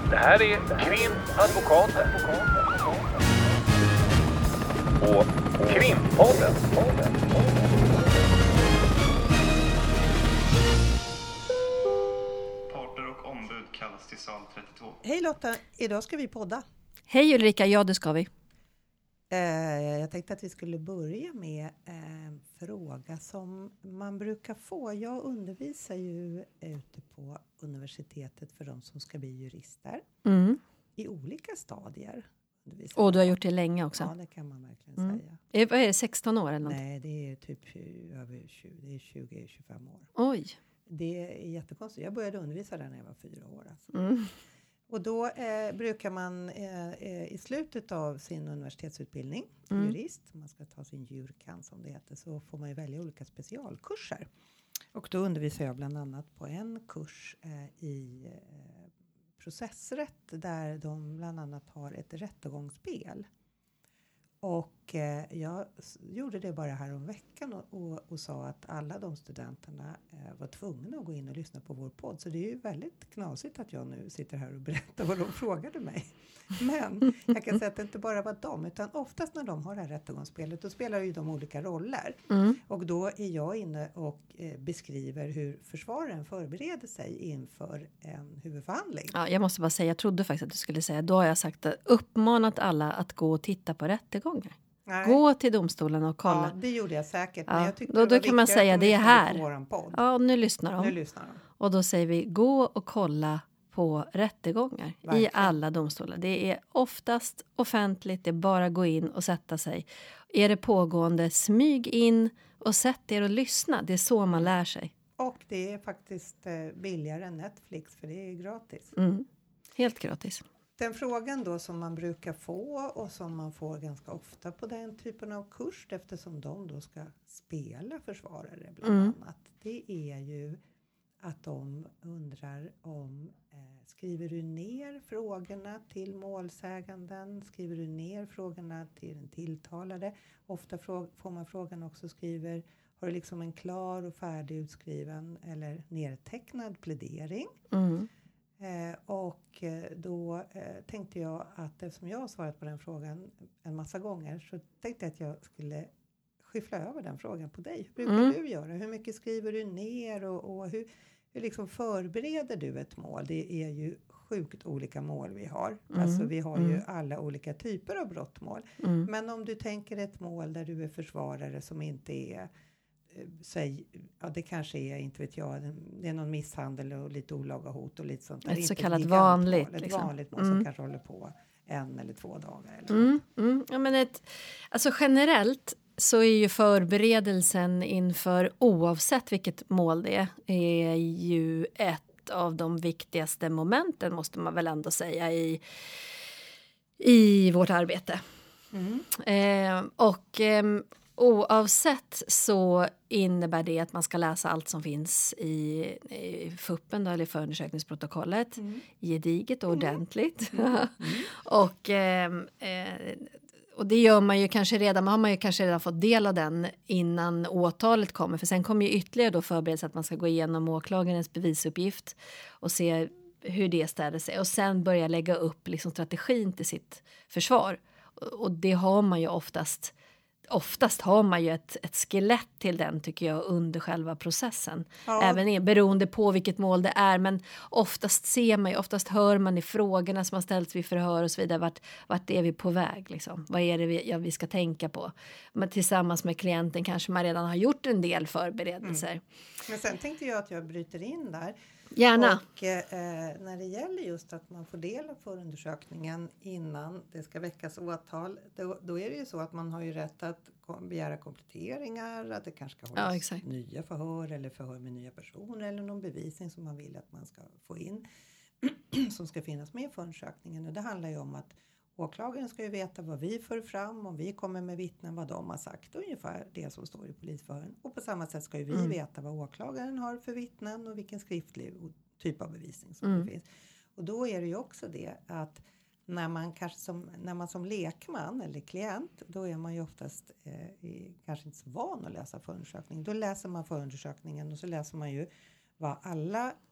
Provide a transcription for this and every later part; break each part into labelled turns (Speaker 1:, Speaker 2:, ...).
Speaker 1: Det här är Krimadvokaten. Och Krimpodden.
Speaker 2: Parter och ombud kallas till sal 32.
Speaker 3: Hej Lotta, idag ska vi podda.
Speaker 4: Hej Ulrika, ja det ska vi.
Speaker 3: Jag tänkte att vi skulle börja med en fråga som man brukar få. Jag undervisar ju ute på universitetet för de som ska bli jurister. I olika stadier.
Speaker 4: Och du har gjort det länge också.
Speaker 3: Ja, det kan man verkligen säga.
Speaker 4: Vad är det, 16 år eller något?
Speaker 3: Nej, det är typ över 20, det är 20-25 år.
Speaker 4: Oj.
Speaker 3: Det är jättekonstigt. Jag började undervisa där när jag var 4 år. Alltså. Och då brukar man i slutet av sin universitetsutbildning, jurist, man ska ta sin jurkan som det heter, så får man ju välja olika specialkurser. Och då undervisar jag bland annat på en kurs i processrätt där de bland annat har ett rättegångsspel. Och jag gjorde det bara här om veckan och sa att alla de studenterna var tvungna att gå in och lyssna på vår podd. Så det är ju väldigt knasigt att jag nu sitter här och berättar vad de frågade mig. Men jag kan säga att det inte bara var dem, utan oftast när de har det här rättegångsspelet, då spelar ju de olika roller. Och då är jag inne och beskriver hur försvararen förbereder sig inför en huvudförhandling.
Speaker 4: Ja, jag måste bara säga, jag trodde faktiskt att du skulle säga, då har jag sagt att uppmanat alla att gå och titta på rättegångar. Nej. Gå till domstolen och kolla.
Speaker 3: Ja, det gjorde jag säkert.
Speaker 4: Ja,
Speaker 3: men jag tyckte
Speaker 4: då kan man säga det är här. Ja, nu lyssnar de.
Speaker 3: Nu lyssnar de.
Speaker 4: Och då säger vi, gå och kolla på rättegångar. Verkligen. I alla domstolar. Det är oftast offentligt, det är bara att gå in och sätta sig. Är det pågående, smyg in och sätt er och lyssna. Det är så man lär sig.
Speaker 3: Och det är faktiskt billigare än Netflix, för det är gratis.
Speaker 4: Helt gratis.
Speaker 3: Den frågan då som man brukar få och som man får ganska ofta på den typen av kurs, eftersom de då ska spela försvarare bland annat, det är ju att de undrar om skriver du ner frågorna till målsäganden, skriver du ner frågorna till den tilltalade. Ofta får man frågan också, har du liksom en klar och färdig utskriven eller nedtecknad plädering? Och då tänkte jag att eftersom jag har svarat på den frågan en massa gånger, så tänkte jag att jag skulle skyffla över den frågan på dig. Hur brukar du göra? Hur mycket skriver du ner och hur liksom förbereder du ett mål? Det är ju sjukt olika mål vi har. Alltså vi har ju alla olika typer av brottmål. Men om du tänker ett mål där du är försvarare som inte är det kanske är, inte vet jag, det är någon misshandel och lite olaga hot och lite sånt där.
Speaker 4: Ett så kallat vanligt
Speaker 3: mål, ett vanligt mål som kanske håller på 1 eller 2 dagar.
Speaker 4: Ja, men alltså generellt så är ju förberedelsen inför, oavsett vilket mål det är ju ett av de viktigaste momenten, måste man väl ändå säga, i vårt arbete. Oavsett så innebär det att man ska läsa allt som finns i FUPen då, eller förundersökningsprotokollet, gediget och ordentligt. Och det gör man ju kanske redan, har man ju kanske redan fått del av den innan åtalet kommer. För sen kommer ju ytterligare då förberedas att man ska gå igenom åklagarens bevisuppgift och se hur det ställer sig. Och sen börja lägga upp liksom strategin till sitt försvar. Och det har man ju oftast har man ju ett skelett till den, tycker jag, under själva processen. Ja. Även beroende på vilket mål det är. Men oftast hör man i frågorna som har ställts vid förhör och så vidare. Vart är vi på väg? Liksom? Vad är det vi ska tänka på? Men tillsammans med klienten kanske man redan har gjort en del förberedelser.
Speaker 3: Men sen tänkte jag att jag bryter in där.
Speaker 4: Gärna.
Speaker 3: Och när det gäller just att man får del av förundersökningen innan det ska väckas åtal, då är det ju så att man har ju rätt att begära kompletteringar, att det kanske ska hållas nya förhör eller förhör med nya personer eller någon bevisning som man vill att man ska få in som ska finnas med i förundersökningen. Och det handlar ju om att åklagaren ska ju veta vad vi för fram, om vi kommer med vittnen, vad de har sagt, ungefär det som står i polisförhören. Och på samma sätt ska ju vi veta vad åklagaren har för vittnen och vilken skriftlig typ av bevisning som det finns. Och då är det ju också det att när man som lekman eller klient, då är man ju oftast kanske inte så van att läsa förundersökningen. Då läser man förundersökningen och så läser man ju vad alla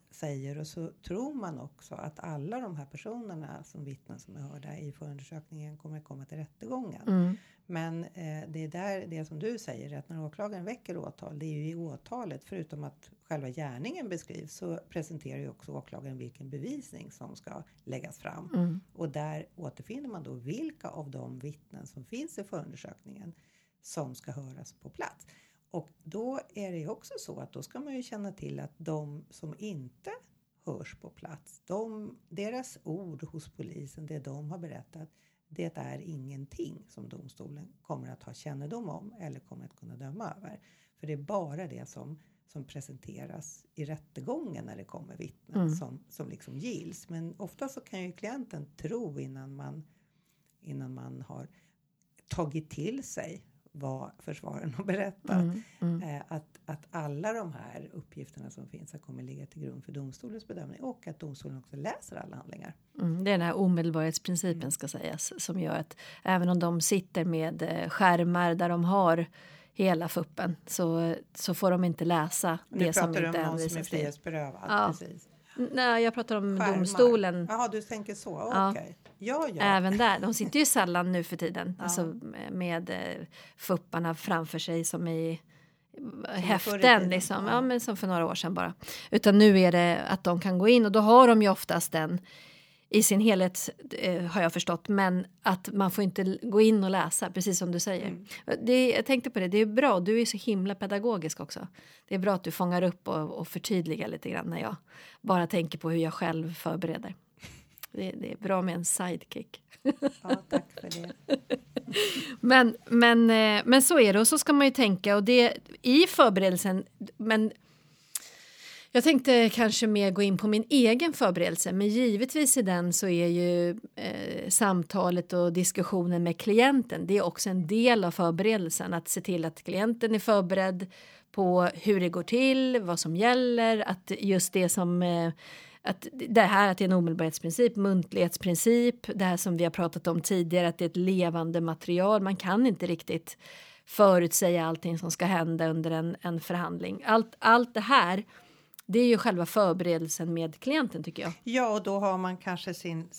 Speaker 3: säger och så tror man också att alla de här personerna som vittnen som är hörda i förundersökningen kommer komma till rättegången. Men det är där det som du säger, att när åklagaren väcker åtal, det är ju i åtalet, förutom att själva gärningen beskrivs, så presenterar ju också åklagaren vilken bevisning som ska läggas fram. Och där återfinner man då vilka av de vittnen som finns i förundersökningen som ska höras på plats. Och då är det ju också så att då ska man ju känna till att de som inte hörs på plats, deras ord hos polisen, det de har berättat, det är ingenting som domstolen kommer att ha kännedom om eller kommer att kunna döma över. För det är bara det som presenteras i rättegången när det kommer vittnen som liksom gills. Men ofta så kan ju klienten tro innan man har tagit till sig vad försvararen har berättat. Att alla de här uppgifterna som finns kommer ligga till grund för domstolens bedömning och att domstolen också läser alla handlingar. Det
Speaker 4: är den här omedelbarhetsprincipen ska sägas, som gör att även om de sitter med skärmar där de har hela fuppen så får de inte läsa det som inte hänvisas till. Nu pratar du om någon som är
Speaker 3: frihetsberövad, precis.
Speaker 4: Nej, jag pratar om domstolen.
Speaker 3: Jaha, du tänker så, okej. Ja.
Speaker 4: Även där, de sitter ju sällan nu för tiden. Alltså med fupparna framför sig som i häften liksom. Ja, men som för några år sedan bara. Utan nu är det att de kan gå in och då har de ju oftast den i sin helhet har jag förstått. Men att man får inte gå in och läsa, precis som du säger. Jag tänkte på det, det är bra. Du är så himla pedagogisk också. Det är bra att du fångar upp och förtydligar lite grann när jag bara tänker på hur jag själv förbereder. Det är bra med en sidekick.
Speaker 3: Ja, tack för det.
Speaker 4: Men så är det, och så ska man ju tänka, och det i förberedelsen, men jag tänkte kanske mer gå in på min egen förberedelse, men givetvis i den så är ju samtalet och diskussionen med klienten, det är också en del av förberedelsen, att se till att klienten är förberedd på hur det går till, vad som gäller, att just det som att det här att det är en omedelbarhetsprincip, muntlighetsprincip, det här som vi har pratat om tidigare, att det är ett levande material, man kan inte riktigt förutsäga allting som ska hända under en förhandling. Allt det här, det är ju själva förberedelsen med klienten, tycker jag.
Speaker 3: Ja, och då har man kanske sin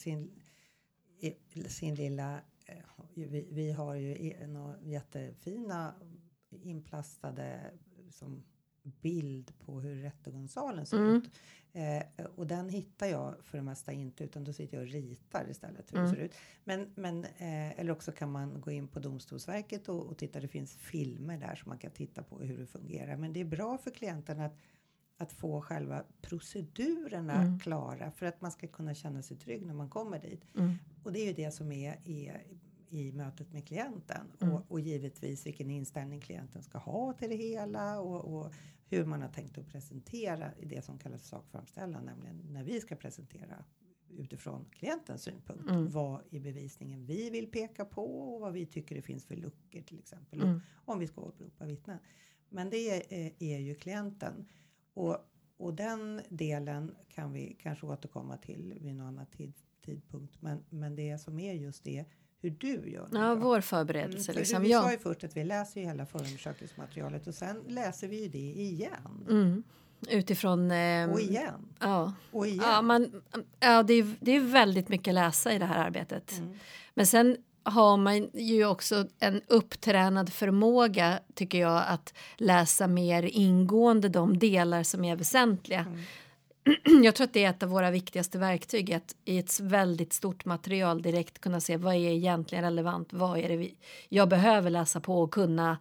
Speaker 3: lilla... Vi har ju några jättefina inplastade som bild på hur rättegångssalen ser ut. Och den hittar jag för det mesta inte, utan då sitter jag och ritar istället hur det ser ut. Men eller också kan man gå in på Domstolsverket och titta, det finns filmer där som man kan titta på hur det fungerar. Men det är bra för klienten att få själva procedurerna klara för att man ska kunna känna sig trygg när man kommer dit. Och det är ju det som är i mötet med klienten. Och givetvis vilken inställning klienten ska ha till det hela och hur man har tänkt att presentera i det som kallas sakframställan, nämligen när vi ska presentera utifrån klientens synpunkt vad i bevisningen vi vill peka på och vad vi tycker det finns för luckor till exempel, om vi ska åberopa vittnen. Men det är ju klienten. Och den delen kan vi kanske återkomma till vid någon annan tidpunkt. Men det som är just det, hur du gör det.
Speaker 4: Ja, vår förberedelse. Liksom.
Speaker 3: Vi sa ju först att vi läser ju hela förundersökningsmaterialet och sen läser vi ju det igen.
Speaker 4: Utifrån...
Speaker 3: och igen.
Speaker 4: Ja.
Speaker 3: Och igen.
Speaker 4: Ja, det är väldigt mycket läsa i det här arbetet. Men sen har man ju också en upptränad förmåga, tycker jag, att läsa mer ingående de delar som är väsentliga. Jag tror att det är ett av våra viktigaste verktyg, att i ett väldigt stort material direkt kunna se vad är egentligen relevant, vad är det jag behöver läsa på och kunna,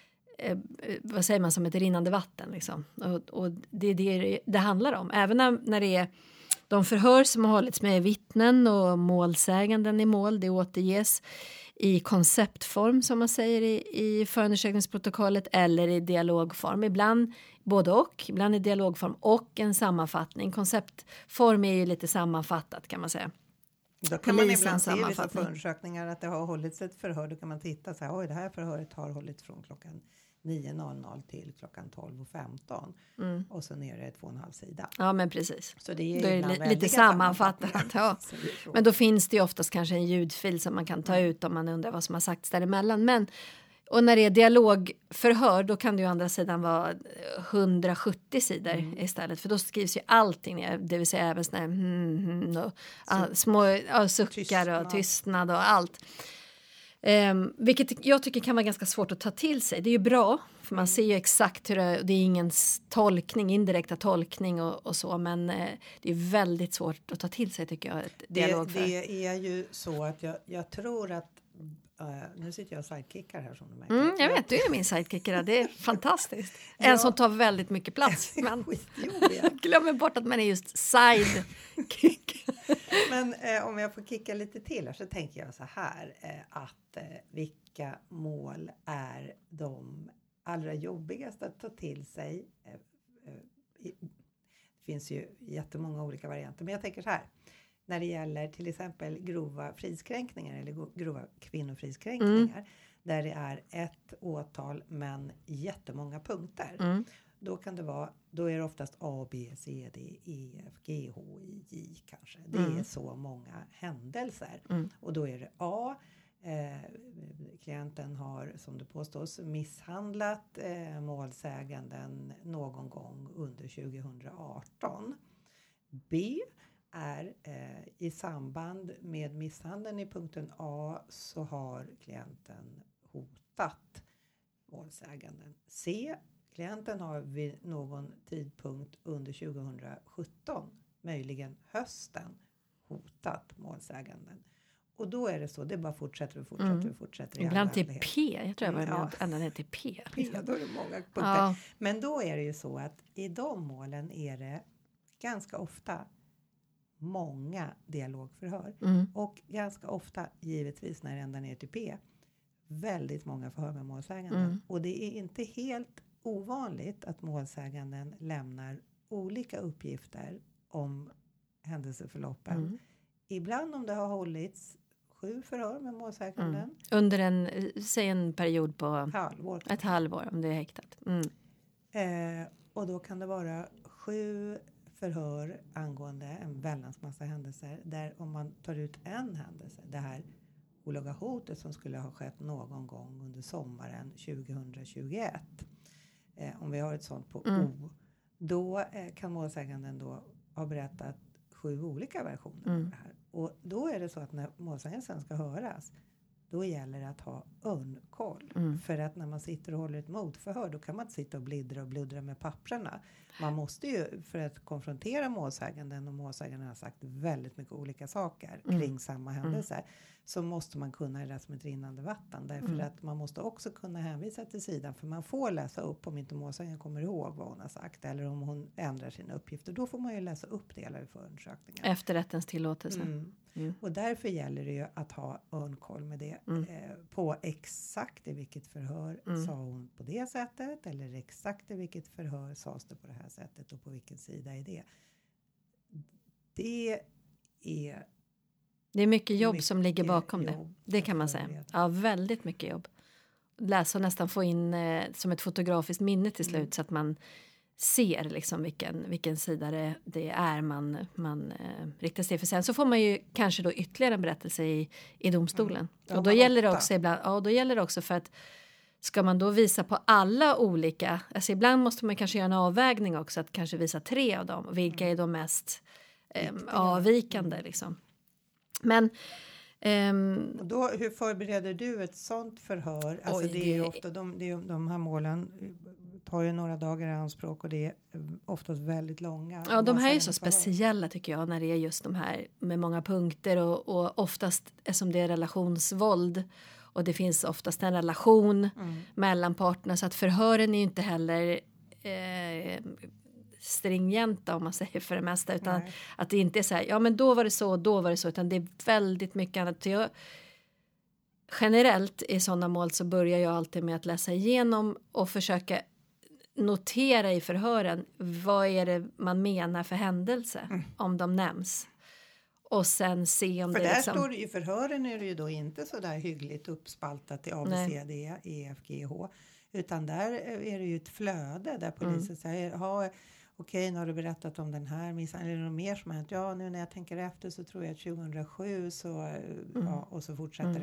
Speaker 4: vad säger man, som ett rinnande vatten liksom. Och det är det handlar om. Även när det är de förhör som har hållits med vittnen och målsäganden i mål, det återges i konceptform som man säger i förundersökningsprotokollet eller i dialogform. Ibland både och, ibland i dialogform och en sammanfattning. Konceptform är ju lite sammanfattat, kan man säga.
Speaker 3: Då kan man ibland se i vissa förundersökningar att det har hållits ett förhör. Då kan man titta så här, oj, det här förhöret har hållits från klockan 9.00 till klockan 12.15. Och sen är det 2,5 sida.
Speaker 4: Ja, men precis.
Speaker 3: Så det är,
Speaker 4: då är det lite sammanfattat. Ja. Men då finns det ju oftast kanske en ljudfil som man kan ta ut om man undrar vad som har sagts däremellan. Men Och när det är dialogförhör då kan det ju å andra sidan vara 170 sidor istället. För då skrivs ju allting ner. Det vill säga även såna här små suckar och tystnad och allt. Vilket jag tycker kan vara ganska svårt att ta till sig. Det är ju bra, för man ser ju exakt hur det är ingen tolkning, indirekta tolkning och så. Men det är väldigt svårt att ta till sig tycker jag.
Speaker 3: Det är ju så att jag tror att nu sitter jag och sidekickar här som du märker.
Speaker 4: Jag vet, du är min sidekickare. Det är fantastiskt. En som tar väldigt mycket plats. Men glömmer bort att man är just sidekick.
Speaker 3: Men om jag får kicka lite till här så tänker jag så här. Att vilka mål är de allra jobbigaste att ta till sig? Det finns ju jättemånga olika varianter. Men jag tänker så här. När det gäller till exempel grova fridskränkningar eller grova kvinnofridskränkningar. Där det är ett åtal men jättemånga punkter. Då är det oftast A, B, C, D, E, F, G, H, I, J kanske. Det är så många händelser. Och då är det A. Klienten har, som det påstås, misshandlat målsäganden någon gång under 2018. B är i samband med misshandeln i punkten A så har klienten hotat målsäganden. C. Klienten har vid någon tidpunkt under 2017, möjligen hösten, hotat målsäganden. Och då är det så, det bara fortsätter.
Speaker 4: Ibland till P, jag tror jag var ända ner till P.
Speaker 3: Då är det många punkter. Ja. Men då är det ju så att i de målen är det ganska ofta många dialogförhör. Och ganska ofta, givetvis när det ända ner till P, väldigt många förhör med målsäganden. Och det är inte helt ovanligt att målsäganden lämnar olika uppgifter om händelseförloppen. Ibland om det har hållits 7 förhör med målsäganden.
Speaker 4: Under en period på ett halvår om det är häktat.
Speaker 3: Och då kan det vara 7 förhör angående en väldans massa händelser. Där om man tar ut en händelse, det här olaga hotet som skulle ha skett någon gång under sommaren 2021. Om vi har ett sånt på O. Då kan målsäganden då ha berättat 7 olika versioner av det här. Och då är det så att när målsäganden sen ska höras, då gäller det att ha örnkoll. För att när man sitter och håller ett motförhör, då kan man inte sitta och bluddra med papperna. Man måste ju, för att konfrontera målsäganden, och målsäganden har sagt väldigt mycket olika saker kring samma händelser, så måste man kunna det som ett rinnande vatten. Därför att man måste också kunna hänvisa till sidan, för man får läsa upp om inte målsäganden kommer ihåg vad hon har sagt, eller om hon ändrar sina uppgifter. Då får man ju läsa upp delar i förundersökningen.
Speaker 4: Efter rättens tillåtelse.
Speaker 3: Och därför gäller det ju att ha örnkoll med det. På exakt i vilket förhör sa hon på det sättet, eller exakt i vilket förhör sades det på det här sättet, och på vilken sida är det. Det är
Speaker 4: mycket jobb som ligger bakom det. Det kan man säga. Ja, väldigt mycket jobb. Läsa och nästan få in som ett fotografiskt minne till slut, så att man ser liksom vilken sida det är man riktar sig för. Sen så får man ju kanske då ytterligare en berättelse i domstolen. Och då gäller det också ibland, då gäller det också för att ska man då visa på alla olika, alltså ibland måste man kanske göra en avvägning också, att kanske visa 3 av dem. Vilka är de mest avvikande liksom. Men
Speaker 3: då, hur förbereder du ett sånt förhör? Alltså det är ju ofta de här målen tar ju några dagar i anspråk, och det är oftast väldigt långa.
Speaker 4: Ja, de här är så speciella tycker jag, när det är just de här med många punkter, och oftast som det är relationsvåld, och det finns oftast en relation mellan parterna, så att förhören är ju inte heller stringenta om man säger för det mesta, utan att det inte är så här, ja men då var det så, utan det är väldigt mycket annat. Generellt i sådana mål så börjar jag alltid med att läsa igenom och försöka notera i förhören, vad är det man menar för händelse om de nämns. Och sen se om
Speaker 3: för
Speaker 4: det
Speaker 3: där
Speaker 4: liksom...
Speaker 3: står det ju, förhören är det ju då inte så där hyggligt uppspaltat i A, B, C, D, E, F, G, H. Utan där är det ju ett flöde där polisen säger, okej, nu har du berättat om den här misshandeln, eller något mer som har hänt. Ja, nu när jag tänker efter så tror jag att 2007 så, och så fortsätter det.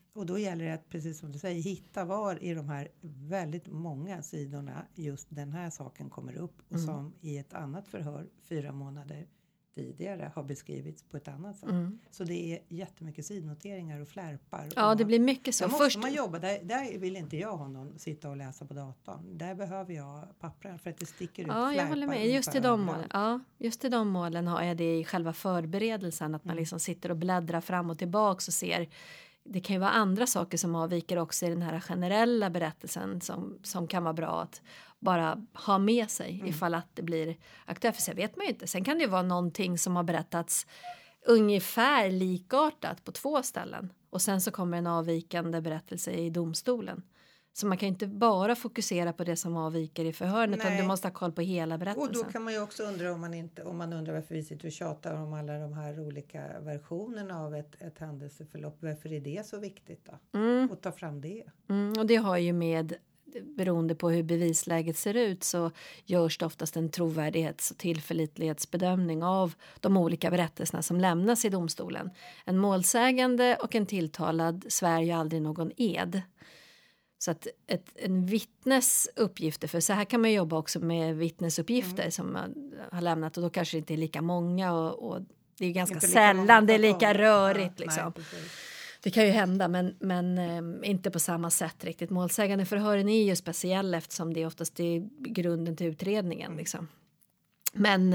Speaker 3: Och då gäller det att, precis som du säger, hitta var i de här väldigt många sidorna just den här saken kommer upp. Och som i ett annat förhör 4 månader tidigare har beskrivits på ett annat sätt. Så det är jättemycket sidnoteringar och flärpar.
Speaker 4: Ja, det blir mycket så.
Speaker 3: Där måste man jobba. Där vill inte jag ha någon sitta och läsa på datorn. Där behöver jag pappren för att det sticker ut.
Speaker 4: Ja, jag håller med. Just i de målen. Ja, just i de målen har jag det i själva förberedelsen. Att man liksom sitter och bläddrar fram och tillbaks och ser. Det kan ju vara andra saker som avviker också i den här generella berättelsen som kan vara bra att bara ha med sig ifall att det blir aktuellt. För så vet man ju inte. Sen kan det ju vara någonting som har berättats ungefär likartat på 2 ställen. Och sen så kommer en avvikande berättelse i domstolen. Så man kan inte bara fokusera på det som avviker i förhören utan du måste ha koll på hela berättelsen.
Speaker 3: Och då kan man ju också undra om man undrar varför vi sitter och tjatar om alla de här olika versionerna av ett händelseförlopp. Varför är det så viktigt då? Och ta fram det.
Speaker 4: Och det har ju med, beroende på hur bevisläget ser ut så görs det oftast en trovärdighets- och tillförlitlighetsbedömning av de olika berättelserna som lämnas i domstolen. En målsägande och en tilltalad svär ju aldrig någon ed. Så att en vittnes uppgifter, för så här kan man jobba också med vittnesuppgifter som man har lämnat och då kanske det inte är lika många och det är ganska sällan det är lika rörigt liksom. Nej, det kan ju hända men inte på samma sätt riktigt. Målsägande förhören är ju speciell eftersom det oftast är grunden till utredningen liksom. Men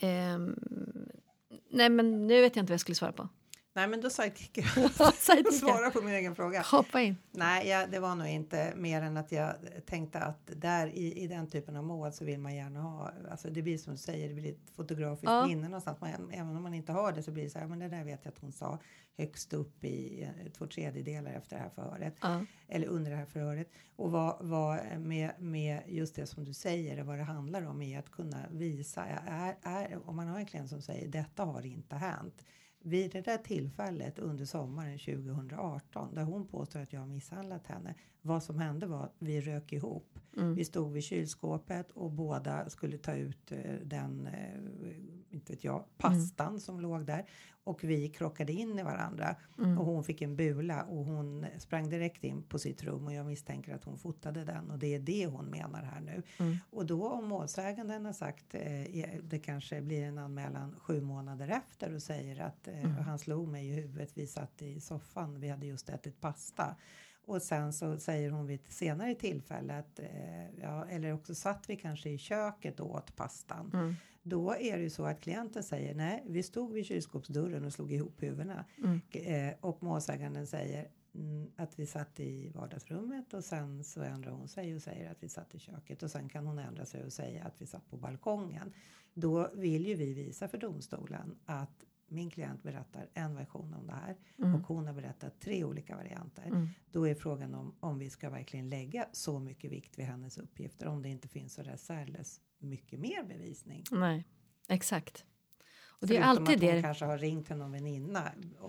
Speaker 4: nej men nu vet jag inte vad jag skulle svara på.
Speaker 3: Nej, men då sidekickar jag. Svara på min egen fråga.
Speaker 4: Hoppa in.
Speaker 3: Nej, det var nog inte mer än att jag tänkte att där i den typen av mål så vill man gärna ha, alltså det blir som du säger, det blir ett fotografiskt minne någonstans. Även om man inte har det så blir det så här, men det där vet jag att hon sa högst upp i 2/3 efter det här förhöret. Eller under det här förhöret. Och vad med just det som du säger, vad det handlar om är att kunna visa, om man har en klient som säger detta har inte hänt. Vid det där tillfället under sommaren 2018 där hon påstår att jag har misshandlat henne. Vad som hände var att vi rök ihop. Vi stod vid kylskåpet och båda skulle ta ut den, inte vet jag, pastan som låg där. Och vi krockade in i varandra. Och hon fick en bula och hon sprang direkt in på sitt rum. Och jag misstänker att hon fotade den. Och det är det hon menar här nu. Och då om målsäganden har sagt, det kanske blir en anmälan 7 månader efter. Och säger att han slog mig i huvudet. Vi satt i soffan. Vi hade just ätit pasta. Och sen så säger hon vid ett senare tillfälle att, eller också satt vi kanske i köket och åt pastan. Då är det ju så att klienten säger, nej, vi stod vid kylskåpsdörren och slog ihop huvudena. Och målsäganden säger att vi satt i vardagsrummet och sen så ändrar hon sig och säger att vi satt i köket. Och sen kan hon ändra sig och säga att vi satt på balkongen. Då vill ju vi visa för domstolen att min klient berättar en version om det här. Och hon har berättat 3 olika varianter. Då är frågan om vi ska verkligen lägga så mycket vikt vid hennes uppgifter. Om det inte finns så där särskilt mycket mer bevisning.
Speaker 4: Nej, exakt. Och
Speaker 3: det är alltid det. Hon kanske har ringt till någon väninna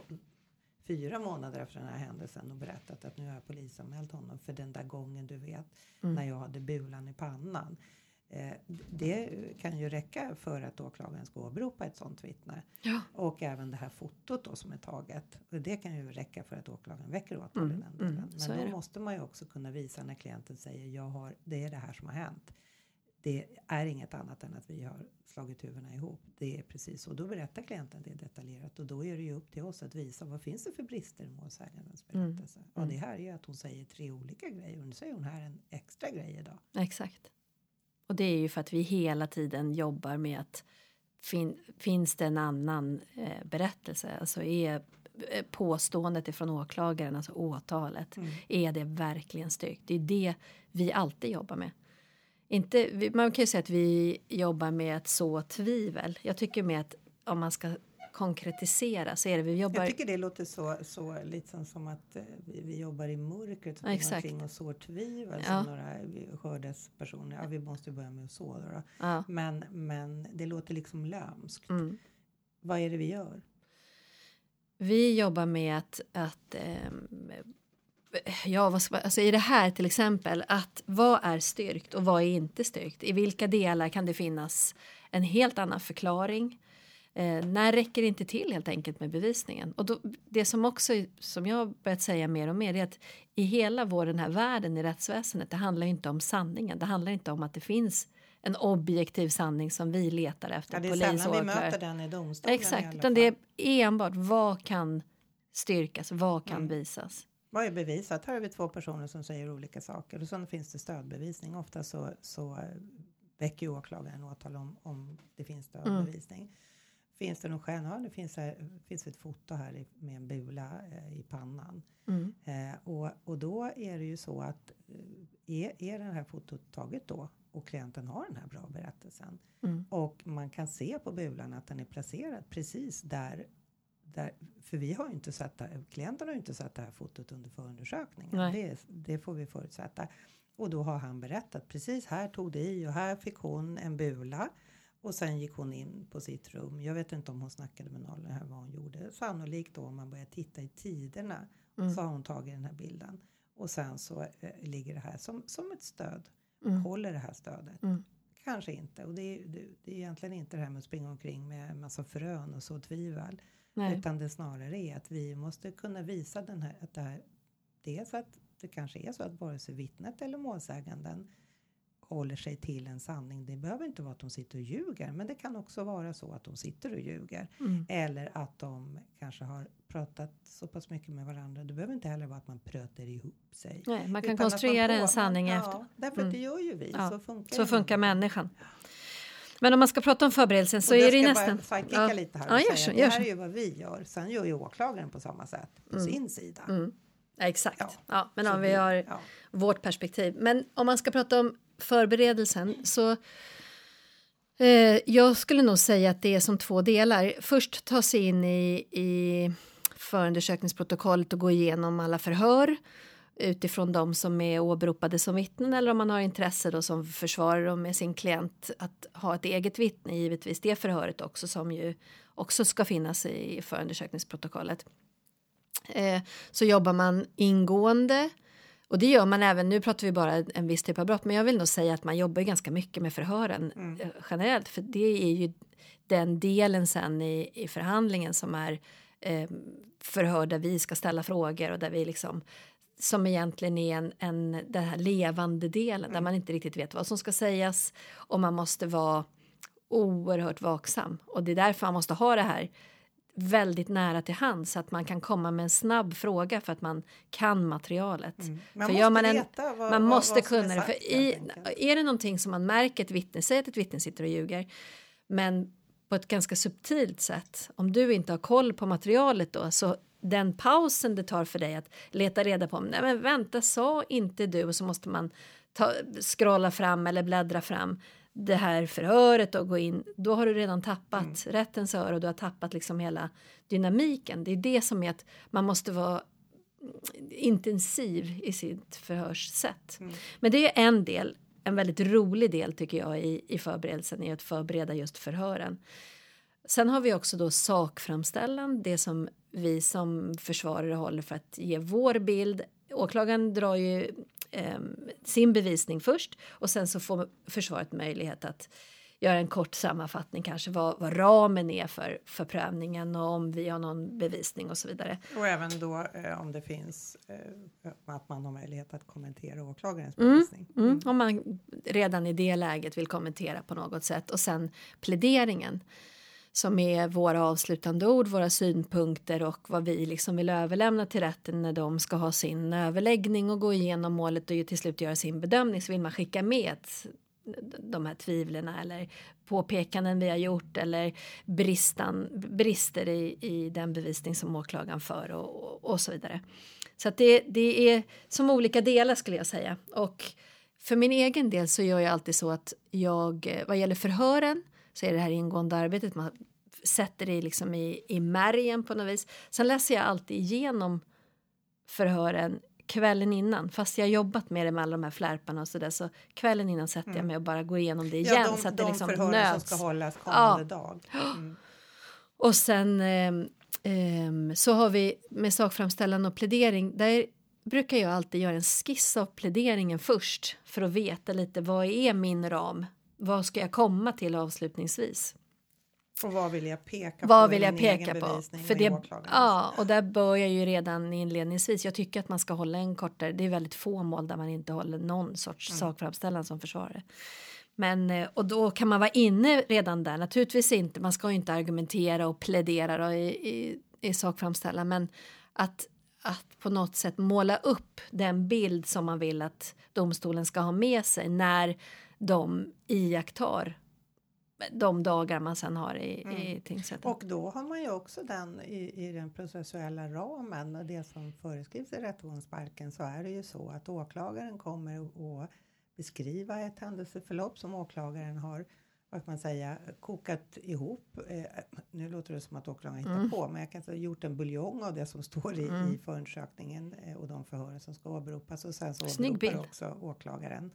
Speaker 3: 4 månader efter den här händelsen och berättat att nu har jag polisanmält honom för den där gången du vet när jag hade bulan i pannan. Det kan ju räcka för att åklagaren ska åberopa ett sånt vittne. Ja. Och även det här fotot då som är taget. Och det kan ju räcka för att åklagaren väcker åtal i den delen. Men då måste man ju också kunna visa när klienten säger det är det här som har hänt. Det är inget annat än att vi har slagit huvudena ihop. Det är precis så. Då berättar klienten det detaljerat. Och då är det ju upp till oss att visa vad finns det för brister i målsägandens berättelse. Och det här är ju att hon säger 3 olika grejer. Och nu säger hon här en extra grej idag.
Speaker 4: Exakt. Och det är ju för att vi hela tiden jobbar med att finns det en annan berättelse. Alltså är påståendet ifrån åklagaren, alltså åtalet, är det verkligen styrkt? Det är det vi alltid jobbar med. Man kan ju säga att vi jobbar med att så tvivel. Jag tycker med att om man ska konkretisera så är det vi jobbar... Jag
Speaker 3: tycker det låter så lite som att vi jobbar i mörkret omkring och sår tvivel som några skördespersoner. Ja, vi måste börja med att så då. Ja. Men det låter liksom lömskt. Vad är det vi gör?
Speaker 4: Vi jobbar med alltså i det här till exempel, att vad är styrkt och vad är inte styrkt? I vilka delar kan det finnas en helt annan förklaring? När räcker det inte till helt enkelt med bevisningen? Och då, det som också, som jag har börjat säga mer och mer, är att i hela den här världen i rättsväsendet, det handlar inte om sanningen. Det handlar inte om att det finns en objektiv sanning som vi letar efter.
Speaker 3: Det är sällan vi möter den i domstolen.
Speaker 4: Exakt, utan det är enbart vad kan styrkas, vad kan visas.
Speaker 3: Vad är bevisat? Här har vi 2 personer som säger olika saker. Och så finns det stödbevisning. Ofta så väcker åklagaren åtal om det finns stödbevisning. Finns det någon skäl? Ja, det finns ett foto här med en bula i pannan. Och då är det ju så att är det här fotot taget då och klienten har den här bra berättelsen och man kan se på bulan att den är placerad precis där, för vi har ju inte sett det, klienten har ju inte sett det här fotot under förundersökningen. Det får vi förutsätta. Och då har han berättat precis här tog det i och här fick hon en bula. Och sen gick hon in på sitt rum. Jag vet inte om hon snackade med någon eller vad hon gjorde. Sannolikt då om man börjar titta i tiderna så har hon tagit den här bilden. Och sen så ligger det här som ett stöd. Håller det här stödet. Kanske inte. Och det är egentligen inte det här med att springa omkring med en massa frön och så tvivel. Nej. Utan det snarare är att vi måste kunna visa att det är så att det kanske är så att vare sig vittnet eller målsäganden håller sig till en sanning. Det behöver inte vara att de sitter och ljuger. Men det kan också vara så att de sitter och ljuger. Eller att de kanske har pratat så pass mycket med varandra. Det behöver inte heller vara att man pröter ihop sig.
Speaker 4: Nej, man kan konstruera en sanning efter.
Speaker 3: Ja, därför att det gör ju vi.
Speaker 4: Ja,
Speaker 3: Så funkar
Speaker 4: människan. Men om man ska prata om förberedelsen så är det nästan...
Speaker 3: Jag ska bara lite här och säga det här är ju vad vi gör. Sen gör ju åklagaren på samma sätt på sin sida.
Speaker 4: Ja, exakt. Ja, men om vi har vårt perspektiv. Men om man ska prata om förberedelsen så jag skulle nog säga att det är som 2 delar. Först ta sig in i förundersökningsprotokollet och gå igenom alla förhör utifrån de som är åberopade som vittnen, eller om man har intresse då som försvarare med sin klient att ha ett eget vittne, givetvis det förhöret också som ju också ska finnas i förundersökningsprotokollet. Så jobbar man ingående. Och det gör man även, nu pratar vi bara en viss typ av brott, men jag vill nog säga att man jobbar ganska mycket med förhören generellt. För det är ju den delen sen i förhandlingen som är förhör där vi ska ställa frågor och där vi liksom, som egentligen är den här levande delen där man inte riktigt vet vad som ska sägas och man måste vara oerhört vaksam. Och det är därför man måste ha det här väldigt nära till hand så att man kan komma med en snabb fråga för att man kan materialet. Man måste kunna det. För är det någonting som man märker ett vittne, säg att ett vittne sitter och ljuger, men på ett ganska subtilt sätt, om du inte har koll på materialet då, så den pausen det tar för dig att leta reda på, nej men vänta, sa inte du, och så måste man scrolla fram eller bläddra fram det här förhöret och gå in, då har du redan tappat rättens öra och du har tappat liksom hela dynamiken. Det är det som är att man måste vara intensiv i sitt förhörssätt. Men det är en del, en väldigt rolig del tycker jag i förberedelsen, är att förbereda just förhören. Sen har vi också då sakframställan, det som vi som försvarare håller för att ge vår bild. Åklagaren drar ju sin bevisning först och sen så får försvaret möjlighet att göra en kort sammanfattning kanske vad ramen är för prövningen och om vi har någon bevisning och så vidare.
Speaker 3: Och även då om det finns att man har möjlighet att kommentera åklagarens bevisning.
Speaker 4: Om man redan i det läget vill kommentera på något sätt. Och sen pläderingen som är våra avslutande ord, våra synpunkter och vad vi liksom vill överlämna till rätten när de ska ha sin överläggning och gå igenom målet och till slut göra sin bedömning, så vill man skicka med de här tvivlarna eller påpekanden vi har gjort eller brister i den bevisning som åklagaren för och så vidare. Så att det är som olika delar skulle jag säga. Och för min egen del så gör jag alltid så att vad gäller förhören så är det här ingående arbetet, man sätter det liksom i märgen på något vis. Sen läser jag alltid igenom förhören kvällen innan, fast jag har jobbat med det med alla de här flärparna och sådär, så kvällen innan sätter jag mig och bara går igenom det igen. Så att det liksom
Speaker 3: förhören
Speaker 4: nöts.
Speaker 3: Som ska hållas kommande dag.
Speaker 4: Och sen så har vi med sakframställan och plädering, där brukar jag alltid göra en skiss av pläderingen först för att veta lite vad är min ram. Vad ska jag komma till avslutningsvis?
Speaker 3: Och vad vill jag peka
Speaker 4: vad
Speaker 3: på?
Speaker 4: vill jag peka på? För det,
Speaker 3: ja,
Speaker 4: och där bör jag ju redan inledningsvis. Jag tycker att man ska hålla en kortare. Det är väldigt få mål där man inte håller någon sorts sakframställan som försvarare. Men, och då kan man vara inne redan där. Naturligtvis inte. Man ska ju inte argumentera och plädera då i sakframställan. Men att på något sätt måla upp den bild som man vill att domstolen ska ha med sig när de iakttar de dagar man sen har i tingsrätten.
Speaker 3: Och då har man ju också den i den processuella ramen och det som föreskrivs i rättegångsbalken, så är det ju så att åklagaren kommer att beskriva ett händelseförlopp som åklagaren har, vad kan man säga, kokat ihop. Nu låter det som att åklagaren hittar på, men jag kan säga gjort en buljong av det som står i förundersökningen och de förhören som ska åberopas, och sen så åberopar också åklagaren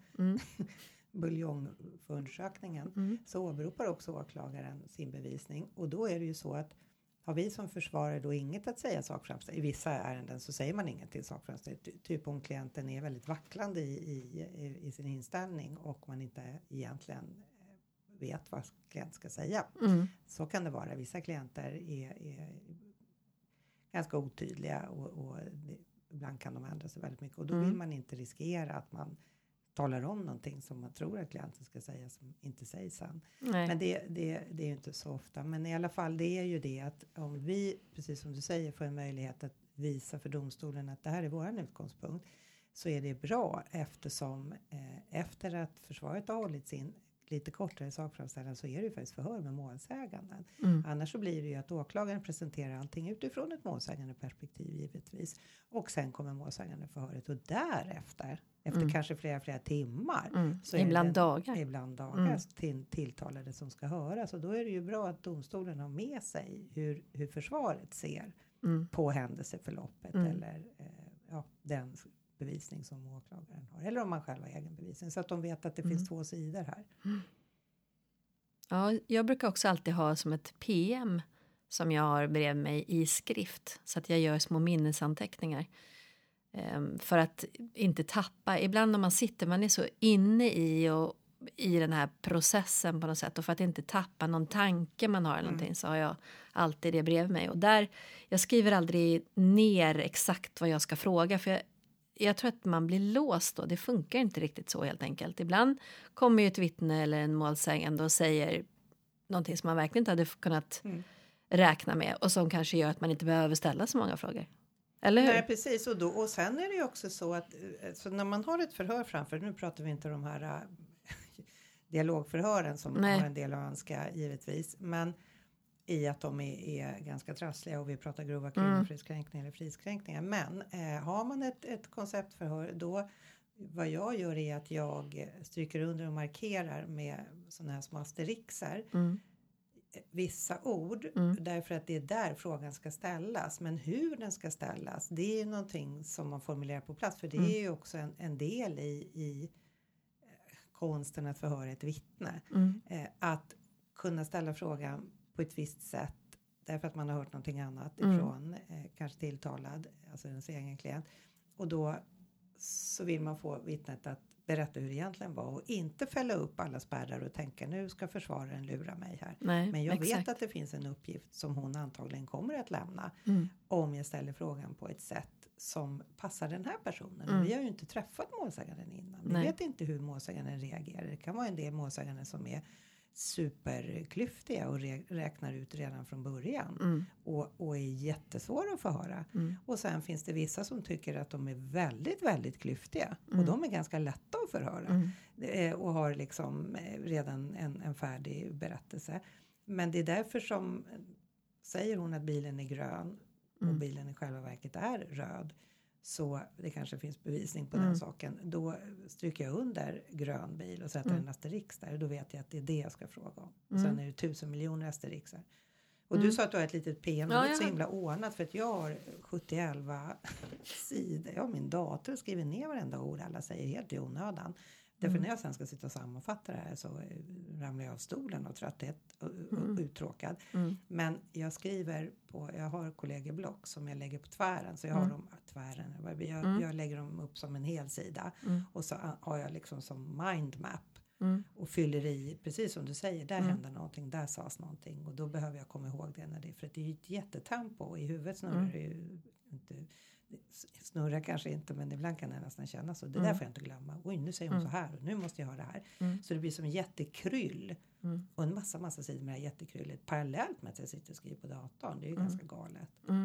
Speaker 3: buljongförundersökningen, så åberopar också åklagaren sin bevisning, och då är det ju så att har vi som försvarare då inget att säga sakframställd. I vissa ärenden så säger man inget till sakframställd. Typ om klienten är väldigt vacklande i sin inställning och man inte egentligen vet vad klient ska säga. Så kan det vara. Vissa klienter är ganska otydliga och ibland kan de ändra sig väldigt mycket. Och då vill man inte riskera att man talar om någonting som man tror att klienten ska säga som inte sägs sen. Nej. Men det är ju inte så ofta. Men i alla fall, det är ju det att om vi, precis som du säger, får en möjlighet att visa för domstolen att det här är vår utgångspunkt, så är det bra, eftersom efter att försvaret har hållit sin lite kortare sakframställan så är det ju faktiskt förhör med målsäganden. Annars så blir det ju att åklagaren presenterar allting utifrån ett målsägande perspektiv givetvis. Och sen kommer målsägande förhöret, och därefter, efter kanske flera timmar. Så
Speaker 4: ibland dagar.
Speaker 3: Ibland dagar tilltalade som ska höras. Och då är det ju bra att domstolen har med sig hur försvaret ser på händelseförloppet eller den bevisning som åklagaren har. Eller om man själv har egen bevisning. Så att de vet att det finns två sidor här.
Speaker 4: Ja, jag brukar också alltid ha som ett PM som jag har bredvid mig i skrift. Så att jag gör små minnesanteckningar. För att inte tappa. Ibland när man är så inne i den här processen på något sätt. Och för att inte tappa någon tanke man har eller någonting, så har jag alltid det bredvid mig. Och jag skriver aldrig ner exakt vad jag ska fråga. För jag tror att man blir låst då. Det funkar inte riktigt så helt enkelt. Ibland kommer ju ett vittne eller en målsägande och säger någonting som man verkligen inte hade kunnat räkna med. Och som kanske gör att man inte behöver ställa så många frågor. Eller hur?
Speaker 3: Nej, precis. Och sen är det ju också så att så när man har ett förhör framför, nu pratar vi inte om de här dialogförhören som har en del att önska givetvis. Men i att de är ganska trassliga och vi pratar grova kvinnofridskränkningar eller fridskränkningar. Men har man ett konceptförhör, då vad jag gör är att jag stryker under och markerar med sådana här små asterixer vissa ord, därför att det är där frågan ska ställas. Men hur den ska ställas, det är någonting som man formulerar på plats, för det är ju också en del i konsten att förhöra ett vittne. Att kunna ställa frågan på ett visst sätt, därför att man har hört någonting annat ifrån kanske tilltalad, alltså ens egen klient. Och då så vill man få vittnet att berätta hur det egentligen var och inte fälla upp alla spärrar och tänka nu ska försvararen lura mig här.
Speaker 4: Nej,
Speaker 3: men jag
Speaker 4: exakt.
Speaker 3: vet att det finns en uppgift som hon antagligen kommer att lämna om jag ställer frågan på ett sätt som passar den här personen. Och vi har ju inte träffat målsäganden innan. Vi vet inte hur målsäganden reagerar. Det kan vara en del målsäganden som är superklyftiga och räknar ut redan från början och är jättesvåra att förhöra. Och sen finns det vissa som tycker att de är väldigt, väldigt klyftiga och de är ganska lätta att förhöra och har liksom redan en färdig berättelse. Men det är därför som säger hon att bilen är grön och bilen i själva verket är röd, så det kanske finns bevisning på den saken. Då stryker jag under grön bil och sätter en asterix där. Och då vet jag att det är det jag ska fråga om. Och sen är det 1000 miljoner asterixer. Och du sa att du har ett litet PM. Det är så himla ordnat, för att jag har 71 sidor. Jag har min dator och skriver ner varenda ord alla säger helt i onödan. Därför när jag sen ska sitta och sammanfatta det här så ramlar jag av stolen och trötthet och uttråkad. Men jag skriver jag har kollegieblock som jag lägger på tvären. Så jag har dem jag lägger dem upp som en hel sida. Och så har jag liksom som mindmap Och fyller i, precis som du säger, där händer någonting, där sades någonting. Och då behöver jag komma ihåg det när det, för att det är ju ett jättetempo. Och i huvudet snurrar det ju inte, snurrar kanske inte, men ibland kan det nästan kännas så. Det där får jag inte glömma. Oj, nu säger hon så här och nu måste jag ha det här. Så det blir som jättekryll. Och en massa sidor med det här jättekryllet. Parallellt med att jag sitter och skriver på datorn. Det är ju ganska galet.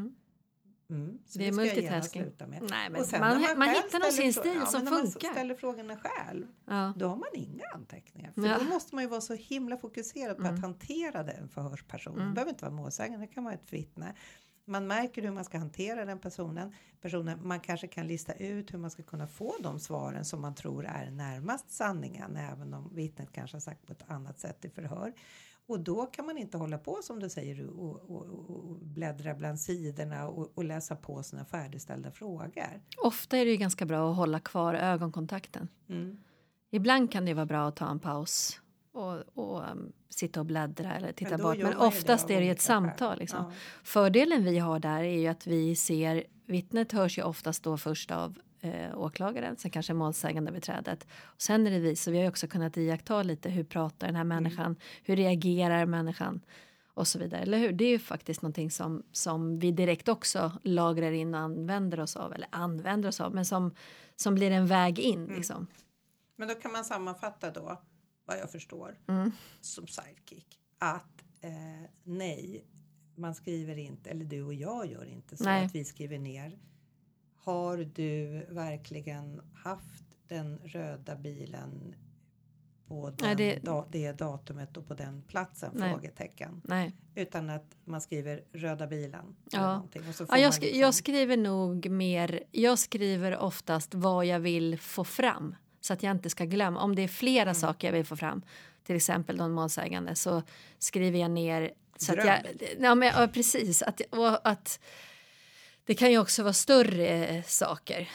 Speaker 3: Så
Speaker 4: det är multitasking. Nej, men
Speaker 3: sen
Speaker 4: man
Speaker 3: när
Speaker 4: hittar nog sin stil som
Speaker 3: när
Speaker 4: funkar.
Speaker 3: man ställer frågorna själv, då har man inga anteckningar. För då måste man ju vara så himla fokuserad på att hantera den förhörspersonen. Det behöver inte vara målsägande, det kan vara ett vittne. Man märker hur man ska hantera den personen. Man kanske kan lista ut hur man ska kunna få de svaren som man tror är närmast sanningen. Även om vittnet kanske har sagt på ett annat sätt i förhör. Och då kan man inte hålla på som du säger och bläddra bland sidorna och läsa på sina färdigställda frågor.
Speaker 4: Ofta är det ju ganska bra att hålla kvar ögonkontakten. Ibland kan det vara bra att ta en paus och sitta och bläddra eller titta bort. Men oftast är det ju ett samtal. Liksom. Ja. Fördelen vi har där är ju att vi ser, vittnet hörs ju oftast då först av åklagaren, sen kanske målsägande beträdet. Och sen är det vi, så vi har ju också kunnat iaktta lite hur pratar den här människan, hur reagerar människan och så vidare. Eller hur? Det är ju faktiskt någonting som vi direkt också lagrar in och använder oss av, men som blir en väg in liksom.
Speaker 3: Men då kan man sammanfatta då, vad jag förstår, som sidekick, att nej, man skriver inte, eller du och jag gör inte så att vi skriver ner. Har du verkligen haft den röda bilen på det datumet och på den platsen? Frågetecken.
Speaker 4: Nej.
Speaker 3: Utan att man skriver röda bilen. Och så får
Speaker 4: jag skriver nog mer, jag skriver oftast vad jag vill få fram. Så att jag inte ska glömma. Om det är flera saker jag vill få fram. Till exempel någon målsägande. Så skriver jag ner. Så att jag, precis. Att det kan ju också vara större saker.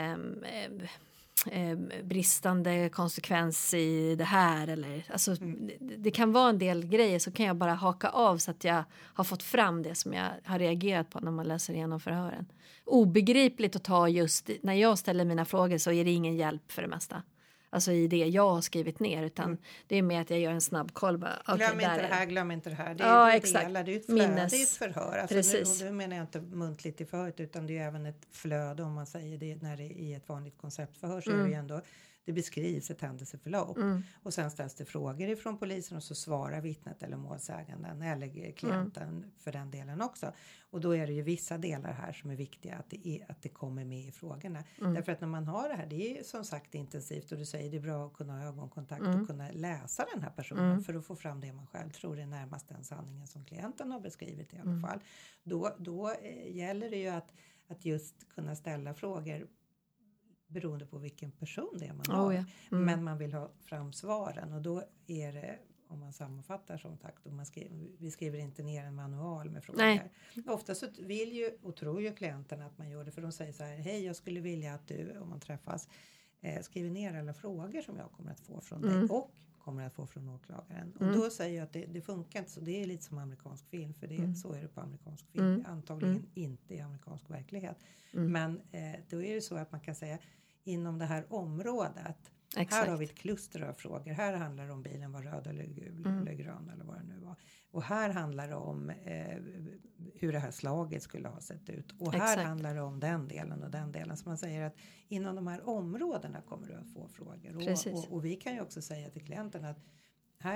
Speaker 4: Bristande konsekvens i det här. Eller, alltså, det kan vara en del grejer. Så kan jag bara haka av så att jag har fått fram det som jag har reagerat på när man läser igenom förhören. Obegripligt att ta just när jag ställer mina frågor så är det ingen hjälp för det mesta. Alltså i det jag har skrivit ner, utan det är mer att jag gör en snabb koll.
Speaker 3: Glöm inte det här. Det är ett flöde, det är ett förhör. Alltså nu menar jag inte muntligt i förhöret, utan det är även ett flöde om man säger det när det är i ett vanligt konceptförhör så är det ju ändå. Det beskrivs ett händelseförlopp. Och sen ställs det frågor ifrån polisen och så svarar vittnet eller målsäganden eller klienten för den delen också. Och då är det ju vissa delar här som är viktiga att det kommer med i frågorna. Därför att när man har det här, det är ju som sagt intensivt och du säger det är bra att kunna ha ögonkontakt och kunna läsa den här personen för att få fram det man själv tror är närmast den sanningen som klienten har beskrivit i alla fall. Då gäller det ju att just kunna ställa frågor beroende på vilken person det är man har. Men man vill ha fram svaren. Och då är det, om man sammanfattar som sagt, och vi skriver inte ner en manual med frågor. Nej. Ofta så vill ju och tror ju klienterna att man gör det. För de säger så här, hej jag skulle vilja att du, om man träffas, skriver ner alla frågor som jag kommer att få från dig. Och kommer att få från åklagaren. Och då säger jag att det funkar inte så. Det är lite som amerikansk film. För så är det på amerikansk film. Antagligen inte i amerikansk verklighet. Men då är det så att man kan säga inom det här området. Exakt. Här har vi ett kluster av frågor. Här handlar det om bilen var röd eller gul eller grön eller vad det nu var. Och här handlar det om hur det här slaget skulle ha sett ut. Och här handlar det om den delen och den delen. Så man säger att inom de här områdena kommer du att få frågor. Och vi kan ju också säga till klienten att här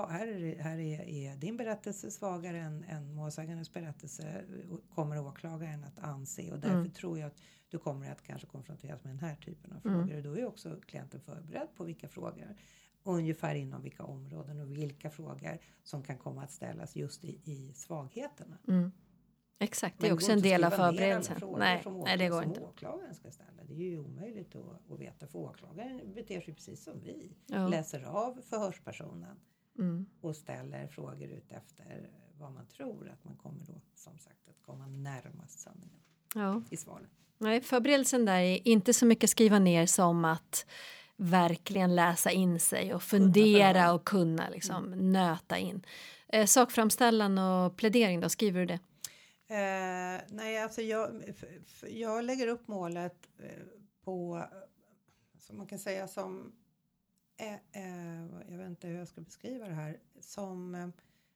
Speaker 3: är din berättelse svagare än målsägandens berättelse, kommer åklagaren att anse. Och därför tror jag att du kommer att kanske konfronteras med den här typen av frågor. Och då är också klienten förberedd på vilka frågor. Ungefär inom vilka områden och vilka frågor som kan komma att ställas just i svagheterna.
Speaker 4: Exakt, det är också en del av förberedelsen. Nej, det går
Speaker 3: som
Speaker 4: inte.
Speaker 3: Åklagaren ska ställa. Det är ju omöjligt att veta. För åklagaren beter sig precis som vi. Läser av förhörspersonen. Och ställer frågor ut efter vad man tror att man kommer då, som sagt, att komma närmast sanningen i svaren.
Speaker 4: Nej, förberedelsen där är inte så mycket skriva ner som att verkligen läsa in sig och fundera och kunna liksom nöta in. Sakframställan och plädering då, skriver du det?
Speaker 3: Nej, alltså jag lägger upp målet på, som man kan säga, som jag vet inte hur jag ska beskriva det här, som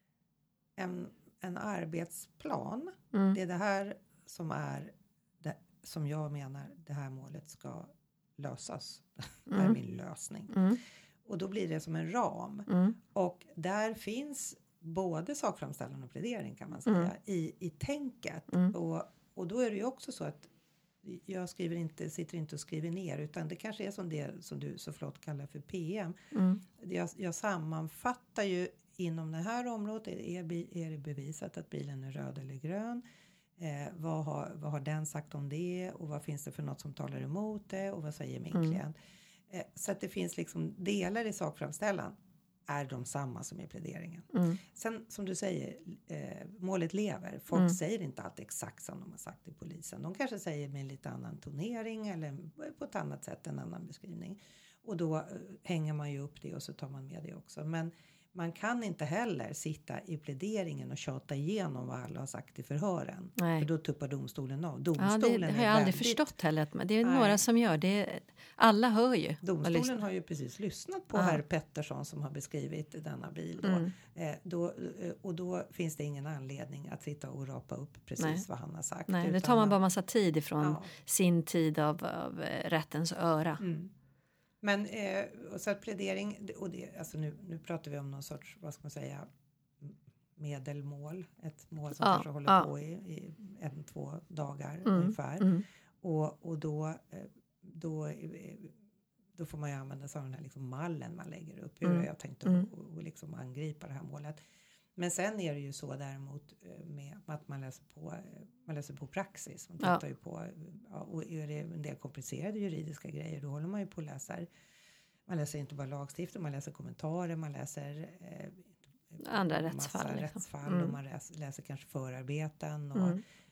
Speaker 3: en arbetsplan. Det är det här som är det, som jag menar det här målet ska lösas. Det här är min lösning. Och då blir det som en ram. Och där finns både sakframställan och plädering kan man säga i tänket. Och då är det ju också så att jag sitter inte och skriver ner, utan det kanske är som det som du så flott kallar för PM. Jag sammanfattar ju inom det här området, är det bevisat att bilen är röd eller grön? Vad har den sagt om det? Och vad finns det för något som talar emot det? Och vad säger min klient? Så att det finns liksom delar i sakframställan är de samma som i pläderingen. Sen som du säger, målet lever. Folk säger inte alltid exakt som de har sagt till polisen. De kanske säger med en lite annan tonering eller på ett annat sätt, en annan beskrivning. Och då hänger man ju upp det och så tar man med det också. Men man kan inte heller sitta i pläderingen och tjata igenom vad alla har sagt i förhören.
Speaker 4: Nej.
Speaker 3: För då tuppar domstolen av.
Speaker 4: Det har jag aldrig förstått heller. Det är några som gör det. Alla hör ju.
Speaker 3: Domstolen har ju precis lyssnat på herr Pettersson som har beskrivit denna bil. Och då finns det ingen anledning att sitta och rapa upp precis vad han har sagt.
Speaker 4: Nej, det tar man bara massa tid ifrån sin tid av rättens öra.
Speaker 3: Men så att plädering, och det, alltså nu pratar vi om någon sorts, vad ska man säga, medelmål. Ett mål som kanske håller på i 1-2 dagar ungefär. Och då får man ju använda sig av den här liksom mallen man lägger upp. Hur har jag tänkt att liksom angripa det här målet. Men sen är det ju så däremot med att man läser på praxis. Man tittar ju på, och är det en del komplicerade juridiska grejer, då håller man ju på och läser. Man läser inte bara lagstiftning, man läser kommentarer, man läser
Speaker 4: andra rättsfall.
Speaker 3: Och man läser kanske förarbeten och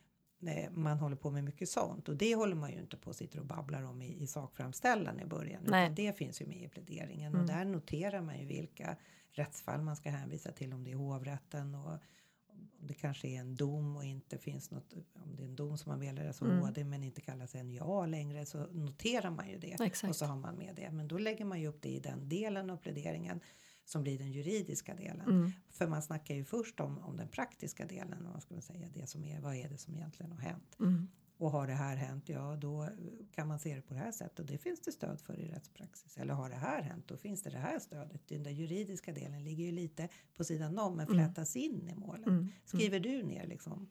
Speaker 3: man håller på med mycket sånt. Och det håller man ju inte på och sitter och babblar om i sakframställan i början. Utan det finns ju med i pläderingen. Och där noterar man ju vilka rättsfall man ska hänvisa till, om det är hovrätten och om det kanske är en dom och inte finns något, om det är en dom som man vill läsa HD men inte kallas NJA längre, så noterar man ju det.
Speaker 4: Exakt.
Speaker 3: Och så har man med det. Men då lägger man ju upp det i den delen av pläderingen som blir den juridiska delen. För man snackar ju först om den praktiska delen, och vad ska man säga, det som är, vad är det som egentligen har hänt? Och har det här hänt, ja då kan man se det på det här sättet, och det finns det stöd för i rättspraxis. Eller har det här hänt, då finns det här stödet. Den där juridiska delen ligger ju lite på sidan om, men flätas in i målen. Skriver du ner liksom?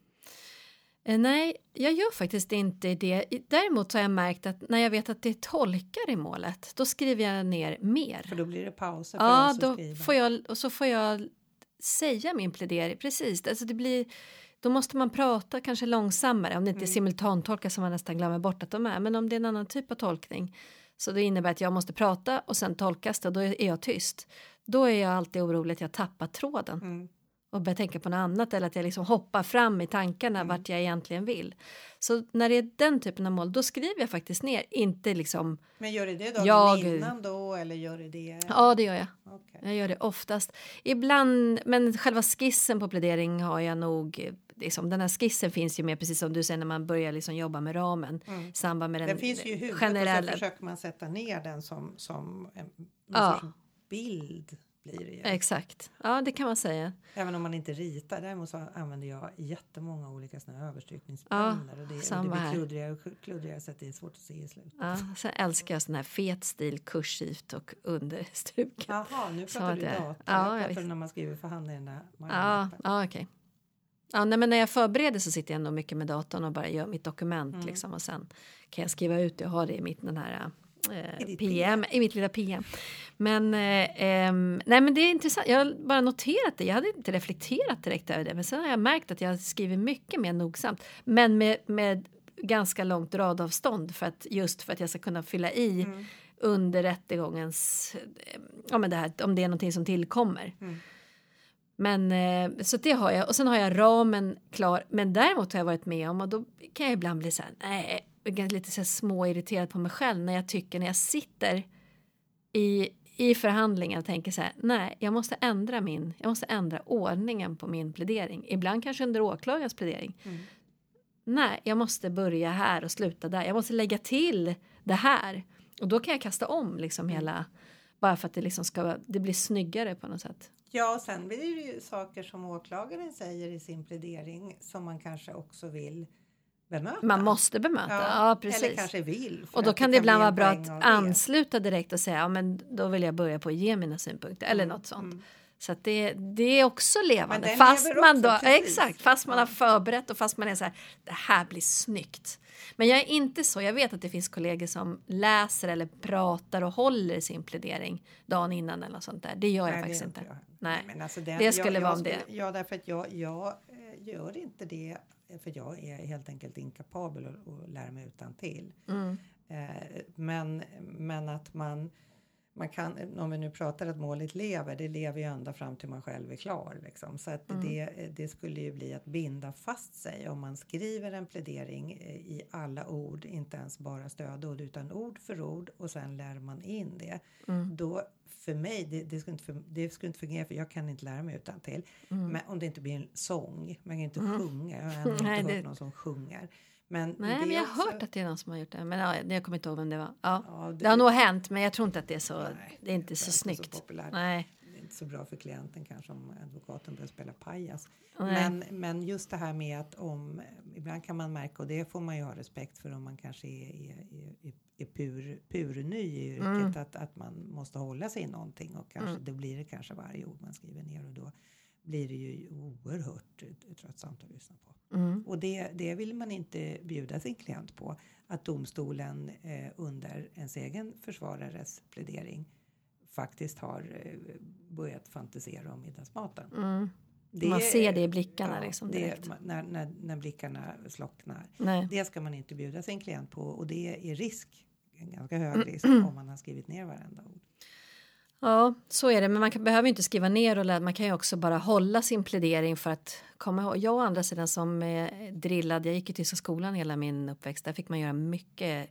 Speaker 4: Nej, jag gör faktiskt inte det. Däremot har jag märkt att när jag vet att det är tolkar i målet, då skriver jag ner mer.
Speaker 3: För då blir det pauser för oss att skriva.
Speaker 4: Och så får jag säga min plädering. Precis, alltså det blir... Då måste man prata kanske långsammare. Om det inte är simultantolkar som man nästan glömmer bort att de är. Men om det är en annan typ av tolkning. Så det innebär att jag måste prata och sen tolkas det. Och då är jag tyst. Då är jag alltid orolig att jag tappar tråden. Och börjar tänka på något annat. Eller att jag liksom hoppar fram i tankarna vart jag egentligen vill. Så när det är den typen av mål, då skriver jag faktiskt ner. Inte liksom...
Speaker 3: Men gör det dagen innan då? Eller gör det?
Speaker 4: Ja, det gör jag.
Speaker 3: Okay.
Speaker 4: Jag gör det oftast. Ibland, men själva skissen på plädering har jag nog... Liksom, den här skissen finns ju med, precis som du säger, när man börjar liksom jobba med ramen. Samband med den
Speaker 3: finns ju i huvudet
Speaker 4: generella...
Speaker 3: och så försöker man sätta ner den som en sorts bild blir det ju.
Speaker 4: Exakt, ja det kan man säga.
Speaker 3: Även om man inte ritar, däremot så använder jag jättemånga olika såna överstrykningspennor. Och det blir kludrigare så att det är svårt att se i slutet.
Speaker 4: Ja, sen älskar jag sån här fet stil, kursivt och understruket.
Speaker 3: Jaha, nu pratar du dator. Jag pratar när man skriver för hand i den där
Speaker 4: Ja, okej. Ja, nej, men när jag förbereder så sitter jag ändå mycket med datorn och bara gör mitt dokument liksom, och sen kan jag skriva ut det och ha det i mitt i mitt lilla PM. Men nej, men det är intressant. Jag har bara noterat det. Jag hade inte reflekterat direkt över det, men sen har jag märkt att jag skriver mycket mer nogsamt, men med ganska långt radavstånd för att jag ska kunna fylla i under rättegångens men det här, om det är någonting som tillkommer. Men så det har jag. Och sen har jag ramen klar. Men däremot har jag varit med om, och då kan jag ibland bli så här, lite så här småirriterad på mig själv när jag sitter i förhandlingen och tänker så här, nej, jag måste ändra ordningen på min plädering. Ibland kanske under åklagarens plädering. Nej, jag måste börja här och sluta där. Jag måste lägga till det här. Och då kan jag kasta om liksom hela Bara för att det liksom det blir snyggare på något sätt.
Speaker 3: Ja, och sen blir det ju saker som åklagaren säger i sin plädering som man kanske också vill bemöta.
Speaker 4: Man måste bemöta, ja precis.
Speaker 3: Eller kanske vill.
Speaker 4: Och då kan det ibland vara bra att ansluta direkt och säga, ja men då vill jag börja på att ge mina synpunkter. Eller något sånt. Så att det är också levande. Fast man då, exakt, fast man har förberett och fast man är så här, det här blir snyggt. Men jag är inte så, jag vet att det finns kollegor som läser eller pratar och håller sin plädering dagen innan eller något sånt där. Det gör jag faktiskt inte. Nej, men alltså det skulle vara om det.
Speaker 3: Ja, därför att jag gör inte det, för jag är helt enkelt inkapabel att lära mig utantill. Men att man kan, om vi nu pratar att målet lever, det lever ju ända fram till man själv är klar. Liksom. Så att det skulle ju bli att binda fast sig om man skriver en plädering i alla ord, inte ens bara stödord utan ord för ord och sen lär man in det. Då för mig, det skulle inte fungera för jag kan inte lära mig utantill. Men om det inte blir en sång, man kan inte sjunga, jag har inte hört någon som sjunger. Men
Speaker 4: men jag har hört att det är någon som har gjort det. Men jag kommer inte ihåg vem det var. Ja, det har nog hänt, men jag tror inte att det är så. Nej, det är inte så snyggt. Så nej.
Speaker 3: Det är inte så bra för klienten kanske om advokaten börjar spela pajas. Men just det här med att ibland kan man märka, och det får man ju ha respekt för om man kanske är purny i yrket, att man måste hålla sig i någonting och kanske då blir det kanske varje ord man skriver ner och då blir det ju oerhört tröttsamt att lyssna på. Och det vill man inte bjuda sin klient på. Att domstolen under ens egen försvarares plädering faktiskt har börjat fantisera om middagsmaten.
Speaker 4: Man ser det i blickarna liksom direkt.
Speaker 3: När blickarna slocknar.
Speaker 4: Nej.
Speaker 3: Det ska man inte bjuda sin klient på. Och det är en ganska hög risk om man har skrivit ner varenda ord.
Speaker 4: Ja, så är det. Men man behöver inte skriva ner och man kan ju också bara hålla sin plädering för att komma ihåg. Jag å andra sidan som drillad, jag gick i tyska skolan hela min uppväxt. Där fick man göra mycket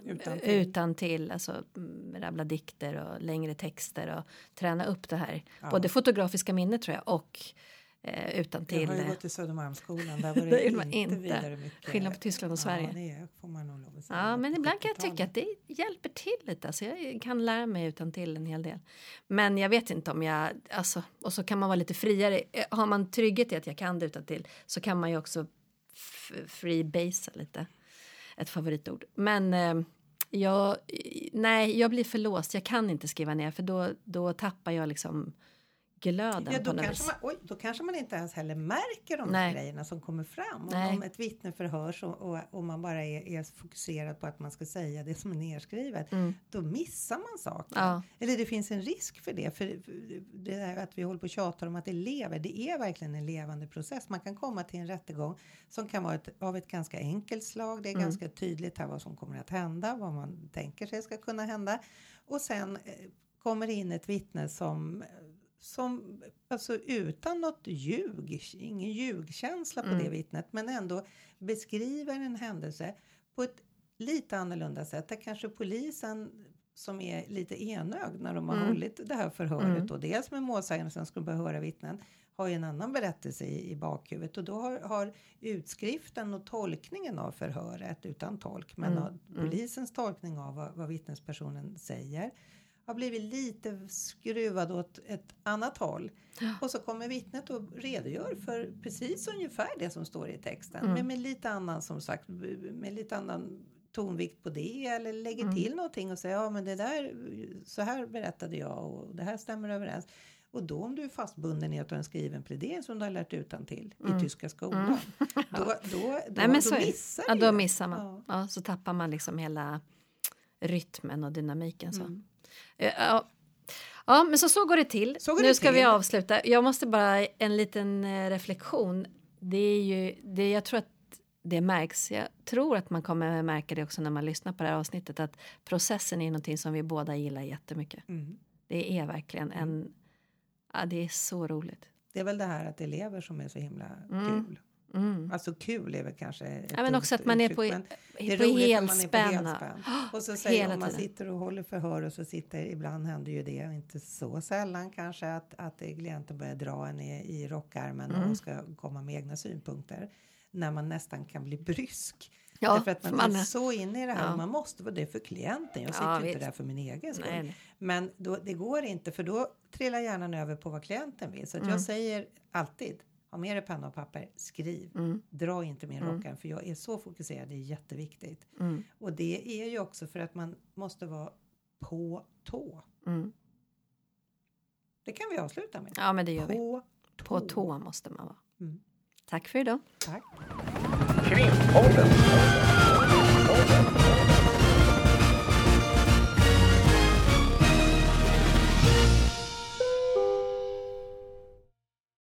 Speaker 4: utan till, alltså rabbla dikter och längre texter och träna upp det här. Ja. Både fotografiska minnet tror jag och utan till.
Speaker 3: Jag har ju gått i Södermalmsskolan, där var det inte vidare mycket.
Speaker 4: Skillnad på Tyskland och Sverige.
Speaker 3: Det får man nog lov att säga.
Speaker 4: Ja, men ibland kan jag tycka att det hjälper till lite. Alltså jag kan lära mig utan till en hel del. Men jag vet inte om och så kan man vara lite friare. Har man trygghet i att jag kan det utan till så kan man ju också freebasea lite. Ett favoritord. Men jag blir för låst. Jag kan inte skriva ner för då tappar jag liksom glöden på något vis.
Speaker 3: Då kanske man inte ens heller märker de grejerna som kommer fram. Om ett vittne förhörs och man bara är fokuserad på att man ska säga det som är nedskrivet. Då missar man saker. Ja. Eller det finns en risk för det. För det där att vi håller på och tjatar om att det lever. Det är verkligen en levande process. Man kan komma till en rättegång som kan vara av ett ganska enkelt slag. Det är ganska tydligt här vad som kommer att hända. Vad man tänker sig ska kunna hända. Och sen kommer in ett vittne som alltså utan något ingen ljugkänsla på det vittnet, men ändå beskriver en händelse på ett lite annorlunda sätt. Där kanske polisen som är lite enögd när de har hållit det här förhöret och dels med målsägaren som skulle börja höra vittnen har ju en annan berättelse i bakhuvudet och då har utskriften och tolkningen av förhöret utan tolk, men polisens tolkning av vad vittnespersonen säger har blivit lite skruvad åt ett annat håll. Och så kommer vittnet och redogör för precis ungefär det som står i texten. Men med lite annan, som sagt, med lite annan tonvikt på det. Eller lägger till någonting och säger, ja men det där, så här berättade jag och det här stämmer överens. Och då om du är fastbunden i att du har en skriven plädering som du har lärt utantill i tyska skolan. Då
Speaker 4: missar man. Ja, så tappar man liksom hela rytmen och dynamiken så. Ja, men så går det till. Nu ska vi avsluta. Jag måste bara en liten reflektion. Det är ju det jag tror att det märks. Jag tror att man kommer märka det också när man lyssnar på det här avsnittet att processen är någonting som vi båda gillar jättemycket. Det är verkligen det är så roligt.
Speaker 3: Det är väl det här att elever som är så himla kul. Alltså kul är väl kanske
Speaker 4: men också att man är på helspänn.
Speaker 3: Och så säger om man sitter och håller förhör och så ibland händer ju det, inte så sällan kanske att klienten börjar dra en i rockärmen och ska komma med egna synpunkter när man nästan kan bli brysk.
Speaker 4: Ja,
Speaker 3: Därför att man är så inne i det här. Man måste vara det för klienten. Jag sitter inte där för min egen skull.
Speaker 4: Nej.
Speaker 3: Men det går inte, för då trillar hjärnan över på vad klienten vill. Så att jag säger alltid, ha med dig penna och papper, skriv. Dra inte med rockaren, för jag är så fokuserad, det är jätteviktigt. Och det är ju också för att man måste vara på tå. Det kan vi avsluta med.
Speaker 4: Ja, men det gör vi.
Speaker 3: På
Speaker 4: tå måste man vara. Tack för idag.
Speaker 3: Tack.
Speaker 1: Krimpodden.